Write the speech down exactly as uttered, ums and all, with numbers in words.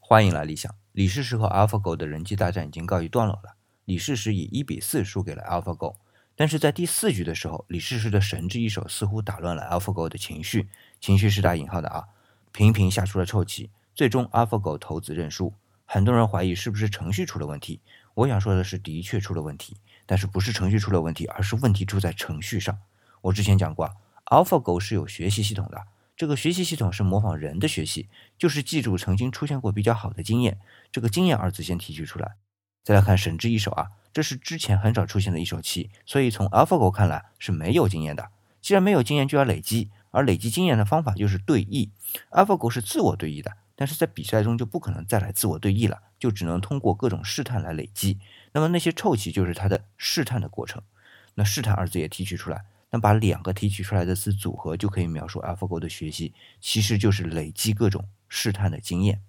欢迎来理想。李世石和 AlphaGo 的人机大战已经告一段落了，李世石以一比四输给了 AlphaGo。但是在第四局的时候，李世石的神之一手似乎打乱了 AlphaGo 的情绪，情绪是打引号的啊，频频下出了臭棋，最终 AlphaGo 投子认输。很多人怀疑是不是程序出了问题，我想说的是的确出了问题，但是不是程序出了问题，而是问题出在程序上。我之前讲过 AlphaGo 是有学习系统的，这个学习系统是模仿人的学习，就是记住曾经出现过比较好的经验，这个经验二字先提取出来。再来看神之一手啊，这是之前很少出现的一手棋，所以从 AlphaGo 看来是没有经验的。既然没有经验就要累积，而累积经验的方法就是对弈。AlphaGo 是自我对弈的，但是在比赛中就不可能再来自我对弈了，就只能通过各种试探来累积。那么那些臭棋就是它的试探的过程。那试探二字也提取出来，那把两个提取出来的词组合就可以描述 AlphaGo 的学习，其实就是累积各种试探的经验。